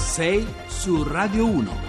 6 su Radio 1.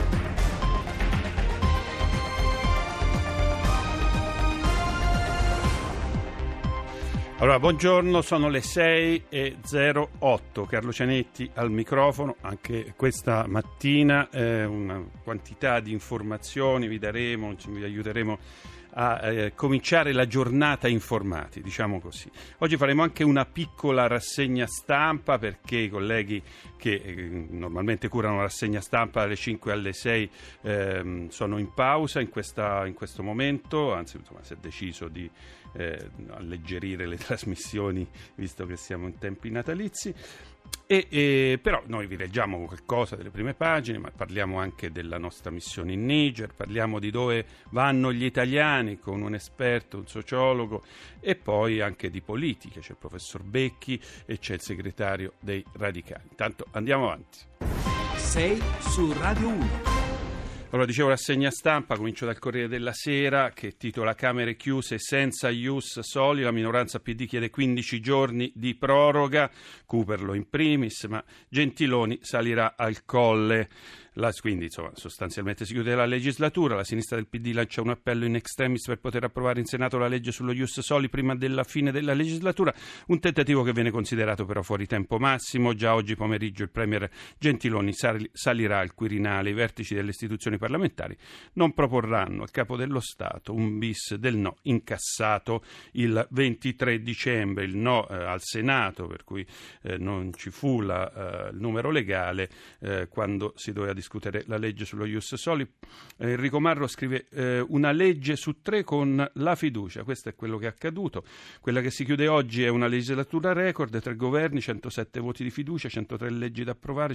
Allora, buongiorno, sono le 6:08, Carlo Cianetti al microfono. Anche questa mattina una quantità di informazioni vi daremo, vi aiuteremo a cominciare la giornata informati, diciamo così. Oggi faremo anche una piccola rassegna stampa, perché i colleghi che normalmente curano la rassegna stampa dalle 5 alle 6 sono in pausa in questo momento, anzi insomma si è deciso di alleggerire le trasmissioni visto che siamo in tempi natalizi. Però noi vi leggiamo qualcosa delle prime pagine, ma parliamo anche della nostra missione in Niger, parliamo di dove vanno gli italiani con un esperto, un sociologo, e poi anche di politica. C'è il professor Becchi e c'è il segretario dei Radicali. Intanto andiamo avanti. 6 su Radio 1. Allora, dicevo rassegna stampa, comincio dal Corriere della Sera che titola Camere chiuse senza ius soli, la minoranza PD chiede 15 giorni di proroga, Cooperlo in primis, ma Gentiloni salirà al Colle. Quindi insomma, sostanzialmente si chiude la legislatura, la sinistra del PD lancia un appello in extremis per poter approvare in Senato la legge sullo ius soli prima della fine della legislatura, un tentativo che viene considerato però fuori tempo massimo. Già oggi pomeriggio il premier Gentiloni salirà al Quirinale, i vertici delle istituzioni parlamentari non proporranno al Capo dello Stato un bis del no incassato il 23 dicembre, il no al Senato, per cui non ci fu il numero legale quando si doveva discutere la legge sullo ius soli. Enrico Marro scrive una legge su 3 con la fiducia. Questo è quello che è accaduto. Quella che si chiude oggi è una legislatura record, 3 governi, 107 voti di fiducia, 103 leggi da approvare,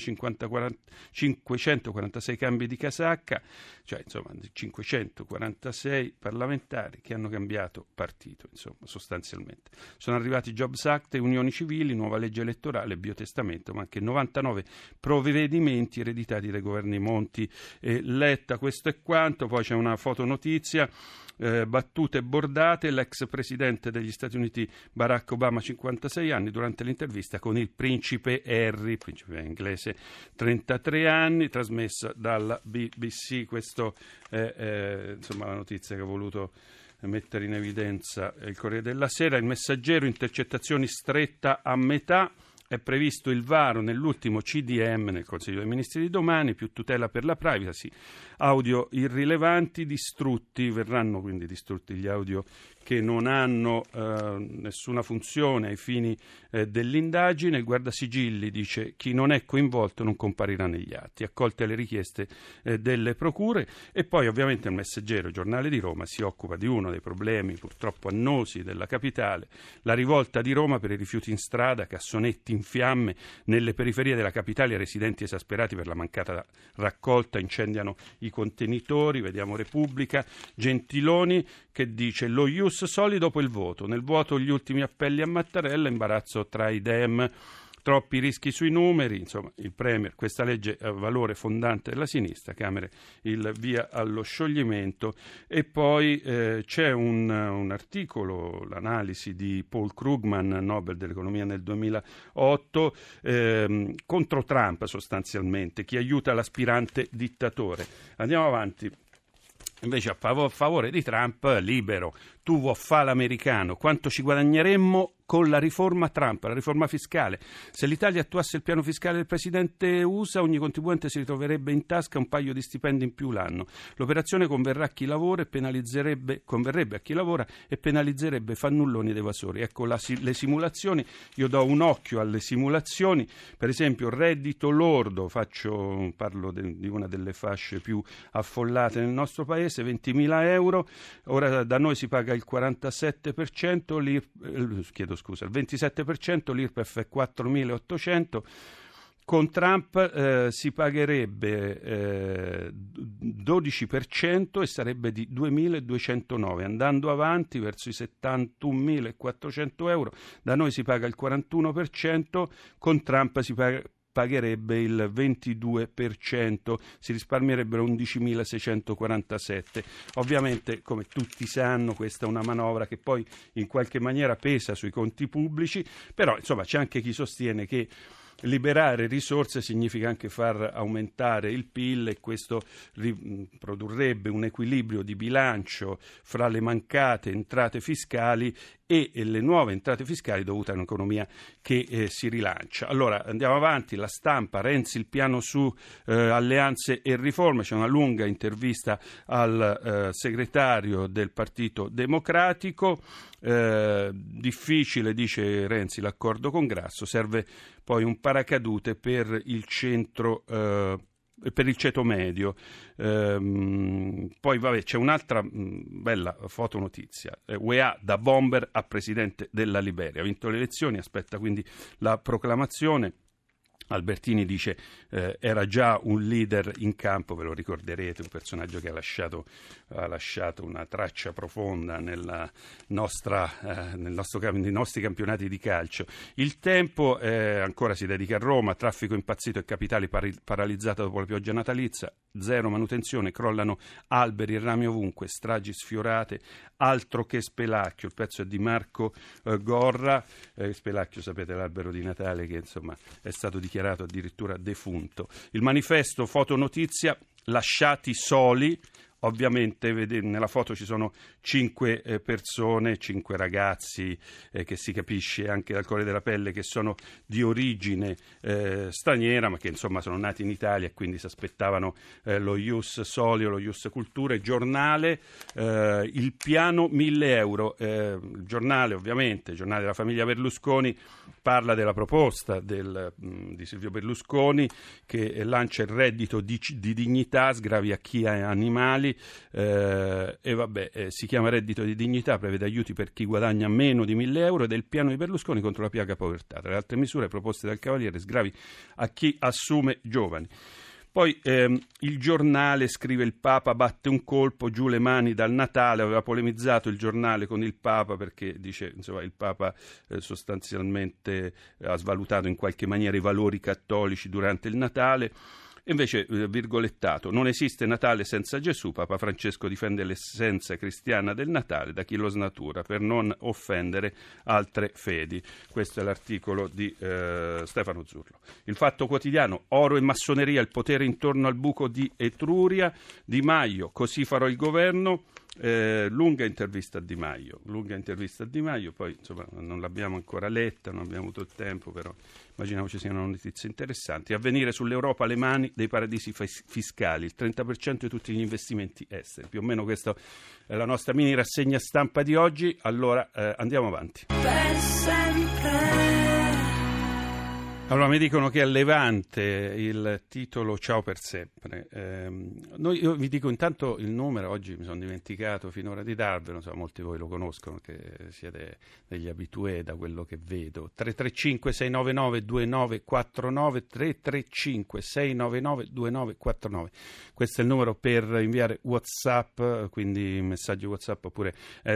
546 cambi di casacca, cioè insomma 546 parlamentari che hanno cambiato partito, insomma, sostanzialmente. Sono arrivati Jobs Act e unioni civili, nuova legge elettorale, biotestamento, ma anche 99 provvedimenti ereditati dai governi Monti e Letta. Questo è quanto. Poi c'è una fotonotizia, battute bordate, l'ex presidente degli Stati Uniti Barack Obama, 56 anni, durante l'intervista con il principe Harry, principe inglese, 33 anni, trasmessa dalla BBC. Questo è insomma la notizia che ho voluto mettere in evidenza il Corriere della Sera. Il Messaggero, intercettazioni stretta a metà. È previsto il varo nell'ultimo CDM nel Consiglio dei Ministri di domani, più tutela per la privacy, audio irrilevanti verranno quindi distrutti gli audio che non hanno nessuna funzione ai fini dell'indagine. Il Guardasigilli dice chi non è coinvolto non comparirà negli atti, accolte le richieste delle procure. E poi ovviamente il Messaggero, giornale di Roma, si occupa di uno dei problemi purtroppo annosi della capitale, la rivolta di Roma per i rifiuti in strada, cassonetti in fiamme nelle periferie della capitale, residenti esasperati per la mancata raccolta incendiano i contenitori. Vediamo Repubblica, Gentiloni che dice lo ius soli dopo il voto, nel vuoto gli ultimi appelli a Mattarella, imbarazzo tra i Dem, troppi rischi sui numeri. Insomma, il Premier, questa legge è valore fondante della sinistra, Camere il via allo scioglimento. E poi c'è un articolo, l'analisi di Paul Krugman, Nobel dell'economia nel 2008, contro Trump sostanzialmente, chi aiuta l'aspirante dittatore. Andiamo avanti. Invece a favore di Trump, Libero, tu vuoi fare l'americano, quanto ci guadagneremmo con la riforma Trump, la riforma fiscale. Se l'Italia attuasse il piano fiscale del presidente USA, ogni contribuente si ritroverebbe in tasca un paio di stipendi in più l'anno. L'operazione converrebbe a chi lavora e penalizzerebbe fannulloni ed evasori. Ecco le simulazioni. Io do un occhio alle simulazioni. Per esempio, reddito lordo, parlo di una delle fasce più affollate nel nostro paese, 20.000 euro. Ora da noi si paga il 47%, il 27%, l'IRPEF è 4.800. Con Trump si pagherebbe 12% e sarebbe di 2.209, andando avanti verso i 71.400 euro. Da noi si paga il 41%, con Trump si pagherebbe il 22%, si risparmierebbero 11.647. Ovviamente, come tutti sanno, questa è una manovra che poi in qualche maniera pesa sui conti pubblici, però insomma c'è anche chi sostiene che liberare risorse significa anche far aumentare il PIL e questo produrrebbe un equilibrio di bilancio fra le mancate entrate fiscali e le nuove entrate fiscali dovute a un'economia che si rilancia. Allora andiamo avanti, La Stampa, Renzi il piano su alleanze e riforme, c'è una lunga intervista al segretario del Partito Democratico, difficile, dice Renzi, l'accordo con Grasso, serve poi un paracadute per il centro per il ceto medio. Poi vabbè, c'è un'altra bella fotonotizia, UEA da bomber a presidente della Liberia, ha vinto le elezioni, aspetta quindi la proclamazione. Albertini dice era già un leader in campo, ve lo ricorderete, un personaggio che ha lasciato una traccia profonda nei nostri campionati di calcio. Il Tempo ancora si dedica a Roma, traffico impazzito e capitali paralizzata dopo la pioggia natalizia, zero manutenzione, crollano alberi e rami ovunque, stragi sfiorate, altro che Spelacchio. Il pezzo è di Marco Gorra. Spelacchio, sapete, l'albero di Natale che insomma è stato dichiarato addirittura defunto. Il Manifesto, fotonotizia, lasciati soli. Ovviamente nella foto ci sono 5 persone, 5 ragazzi che si capisce anche dal colore della pelle che sono di origine straniera, ma che insomma sono nati in Italia e quindi si aspettavano lo Ius Soli o lo Ius Cultura. Giornale, il piano 1.000 euro. Il giornale, ovviamente, il giornale della famiglia Berlusconi, parla della proposta di Silvio Berlusconi che lancia il reddito di dignità, sgravi a chi ha animali. Si chiama reddito di dignità, prevede aiuti per chi guadagna meno di 1.000 euro ed è il piano di Berlusconi contro la piaga povertà. Tra le altre misure proposte dal Cavaliere, sgravi a chi assume giovani. Poi il Giornale scrive: il Papa batte un colpo, giù le mani dal Natale. Aveva polemizzato il Giornale con il Papa perché dice insomma il Papa sostanzialmente ha svalutato in qualche maniera i valori cattolici durante il Natale. Invece, virgolettato, non esiste Natale senza Gesù, Papa Francesco difende l'essenza cristiana del Natale da chi lo snatura per non offendere altre fedi. Questo è l'articolo di Stefano Zurlo. Il Fatto Quotidiano, oro e massoneria, il potere intorno al buco di Etruria, Di Maio, così farò il governo. Lunga intervista a Di Maio, poi insomma non l'abbiamo ancora letta, non abbiamo avuto il tempo, però immaginiamo ci siano notizie interessanti. Avvenire sull'Europa alle mani dei paradisi fiscali, il 30% di tutti gli investimenti esteri. Più o meno questa è la nostra mini rassegna stampa di oggi. Allora andiamo avanti. Per sempre. Allora mi dicono che è levante il titolo Ciao per sempre. Io vi dico intanto il numero, oggi mi sono dimenticato finora di darvelo, so, molti di voi lo conoscono, che siete degli abitué da quello che vedo. 335 699 2949, 335 699 2949. Questo è il numero per inviare WhatsApp, quindi messaggi WhatsApp oppure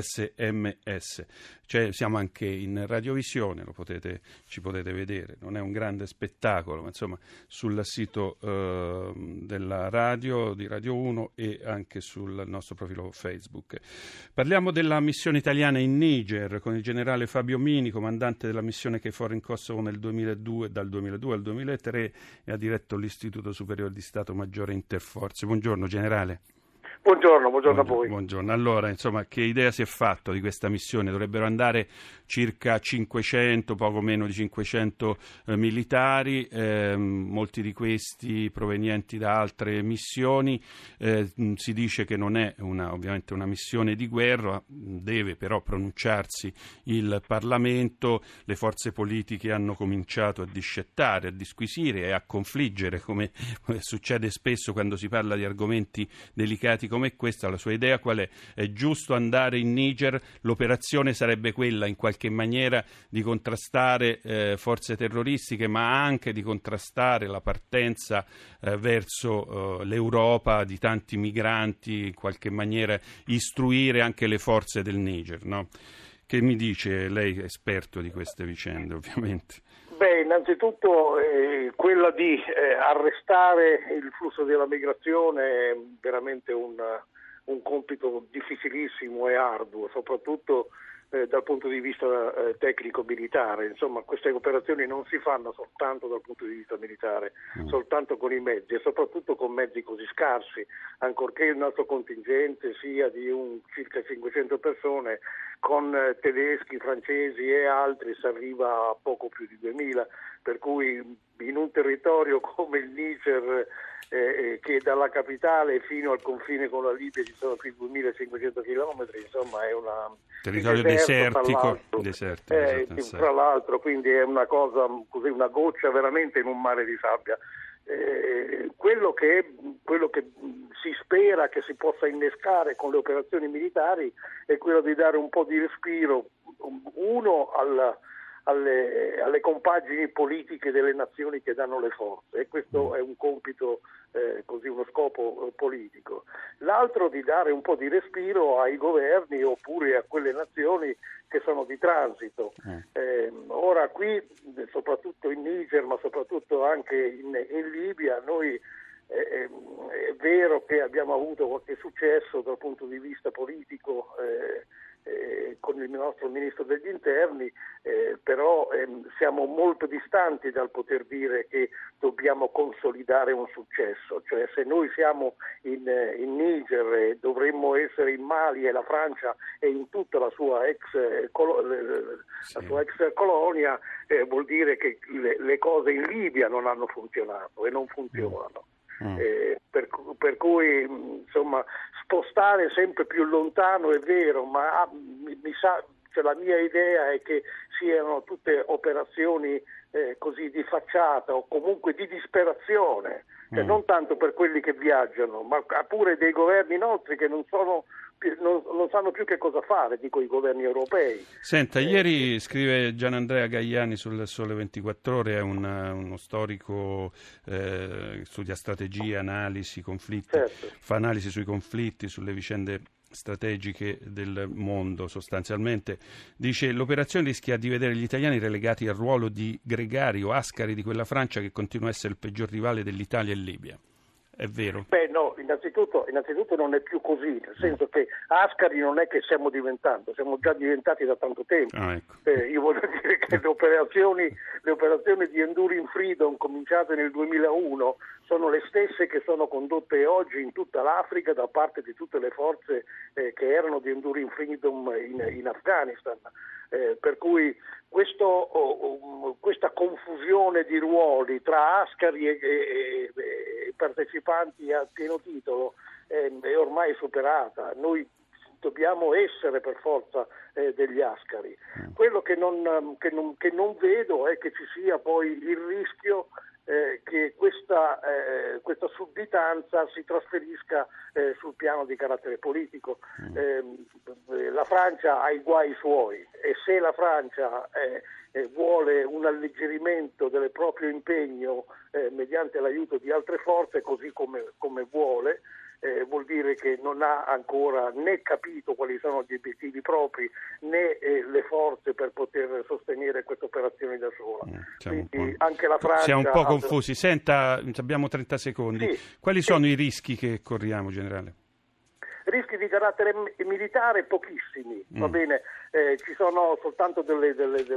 SMS. Siamo anche in radiovisione, ci potete vedere, non è un grande spettacolo, ma insomma sul sito della radio, di Radio 1 e anche sul nostro profilo Facebook. Parliamo della missione italiana in Niger con il generale Fabio Mini, comandante della missione KFOR in Kosovo nel 2002, dal 2002 al 2003 e ha diretto l'Istituto Superiore di Stato Maggiore Interforze. Buongiorno generale. Buongiorno a voi. Buongiorno. Allora, insomma, che idea si è fatto di questa missione? Dovrebbero andare circa 500, poco meno di 500 militari, molti di questi provenienti da altre missioni. Si dice che non è ovviamente una missione di guerra, deve però pronunciarsi il Parlamento. Le forze politiche hanno cominciato a discettare, a disquisire e a confliggere, come succede spesso quando si parla di argomenti delicati come questa. La sua idea qual è? È giusto andare in Niger? L'operazione sarebbe quella in qualche maniera di contrastare forze terroristiche, ma anche di contrastare la partenza verso l'Europa di tanti migranti, in qualche maniera istruire anche le forze del Niger, no? Che mi dice lei, esperto di queste vicende, ovviamente? Innanzitutto quella di arrestare il flusso della migrazione è veramente un compito difficilissimo e arduo, soprattutto dal punto di vista tecnico-militare. Insomma, queste operazioni non si fanno soltanto dal punto di vista militare, soltanto con i mezzi e soprattutto con mezzi così scarsi, ancorché il nostro contingente sia di circa 500 persone, con tedeschi, francesi e altri si arriva a poco più di 2000, per cui in un territorio come il Niger, che dalla capitale fino al confine con la Libia ci sono più di 2500 chilometri, insomma è un territorio desertico, tra l'altro, quindi è una cosa così, una goccia veramente in un mare di sabbia. Quello che si spera che si possa innescare con le operazioni militari è quello di dare un po' di respiro, uno alle compagini politiche delle nazioni che danno le forze, e questo è un compito, così uno scopo politico. L'altro di dare un po' di respiro ai governi oppure a quelle nazioni che sono di transito. Ora qui, soprattutto in Niger, ma soprattutto anche in Libia, noi è vero che abbiamo avuto qualche successo dal punto di vista politico con il nostro ministro degli interni, però siamo molto distanti dal poter dire che dobbiamo consolidare un successo. Cioè, se noi siamo in Niger e dovremmo essere in Mali e la Francia e in tutta la sua ex colonia, vuol dire che le cose in Libia non hanno funzionato e non funzionano. Per cui insomma spostare sempre più lontano è vero, ma la mia idea è che siano tutte operazioni così di facciata o comunque di disperazione, cioè non tanto per quelli che viaggiano, ma pure dei governi nostri che non sanno più che cosa fare, dico i governi europei. Senta, ieri scrive Gianandrea Gaiani sul Sole 24 Ore, è uno storico, studia strategia, analisi, conflitti, certo. Fa analisi sui conflitti, sulle vicende strategiche del mondo sostanzialmente. Dice: l'operazione rischia di vedere gli italiani relegati al ruolo di gregari o ascari di quella Francia che continua a essere il peggior rivale dell'Italia e Libia. È vero? Beh no, innanzitutto non è più così, nel senso che ascari non è che stiamo diventando, siamo già diventati da tanto tempo. Ecco. Io voglio dire che le operazioni di Enduring Freedom cominciate nel 2001 sono le stesse che sono condotte oggi in tutta l'Africa da parte di tutte le forze che erano di Enduring Freedom in Afghanistan. Per cui questa confusione di ruoli tra ascari e partecipanti a pieno titolo è ormai superata. Noi dobbiamo essere per forza degli ascari. Quello che non vedo è che ci sia poi il rischio che questa sudditanza si trasferisca sul piano di carattere politico. La Francia ha i guai suoi, e se la Francia vuole un alleggerimento del proprio impegno mediante l'aiuto di altre forze, così come vuole, vuol dire che non ha ancora né capito quali sono gli obiettivi propri né le forze per poter sostenere queste operazioni da sola. Quindi anche la Francia... Siamo un po' confusi. Senta, abbiamo 30 secondi. Sì, Quali sono i rischi che corriamo, generale? Rischi di carattere militare pochissimi, va bene, ci sono soltanto delle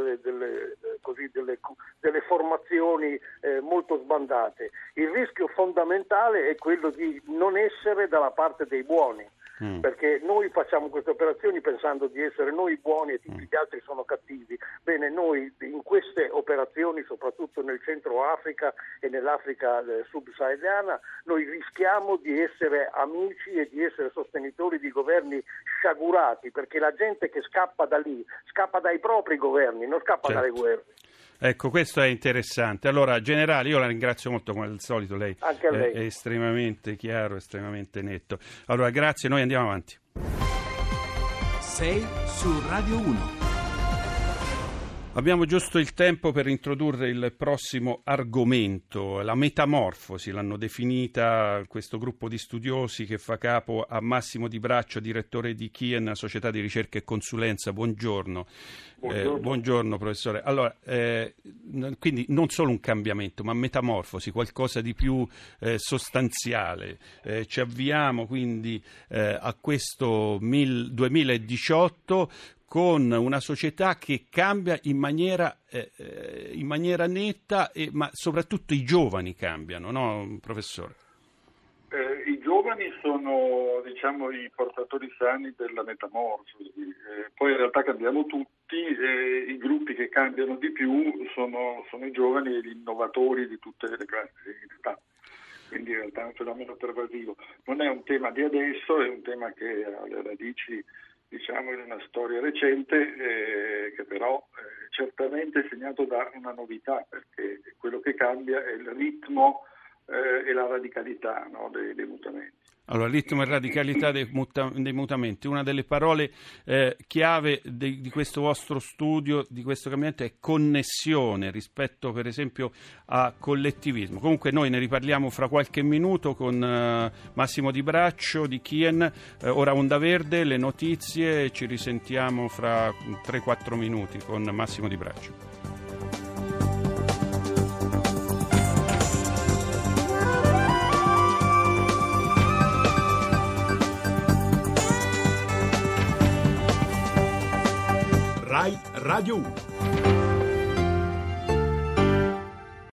formazioni molto sbandate. Il rischio fondamentale è quello di non essere dalla parte dei buoni, perché noi facciamo queste operazioni pensando di essere noi buoni e tutti gli altri sono cattivi. Bene, noi in queste operazioni, soprattutto nel centro Africa e nell'Africa subsahariana, noi rischiamo di essere amici e di essere sostenitori di governi sciagurati, perché la gente che scappa da lì scappa dai propri governi, non scappa dalle guerre. Ecco, questo è interessante. Allora, generale, io la ringrazio molto, come al solito, lei è estremamente chiaro, estremamente netto. Allora, grazie, noi andiamo avanti. 6 su Radio 1. Abbiamo giusto il tempo per introdurre il prossimo argomento, la metamorfosi, l'hanno definita questo gruppo di studiosi che fa capo a Massimo Di Braccio, direttore di Kien, società di ricerca e consulenza. Buongiorno. Buongiorno professore. Allora, quindi non solo un cambiamento, ma metamorfosi, qualcosa di più sostanziale. Ci avviamo quindi a questo 2018 con una società che cambia in maniera netta, ma soprattutto i giovani cambiano, no, professore? I giovani sono, diciamo, i portatori sani della metamorfosi, poi in realtà cambiamo tutti, i gruppi che cambiano di più sono i giovani e gli innovatori di tutte le classi di età. Quindi in realtà è un fenomeno pervasivo. Non è un tema di adesso, è un tema che ha le radici, diciamo, in una storia recente, che però certamente è segnato da una novità, perché quello che cambia è il ritmo e la radicalità, no, dei mutamenti. Allora, ritmo e radicalità dei mutamenti. Una delle parole chiave di questo vostro studio, di questo cambiamento, è connessione rispetto, per esempio, a collettivismo. Comunque noi ne riparliamo fra qualche minuto con Massimo Di Braccio di Kien. Ora Onda Verde, le notizie, ci risentiamo fra 3-4 minuti con Massimo Di Braccio. Rai Radio 1.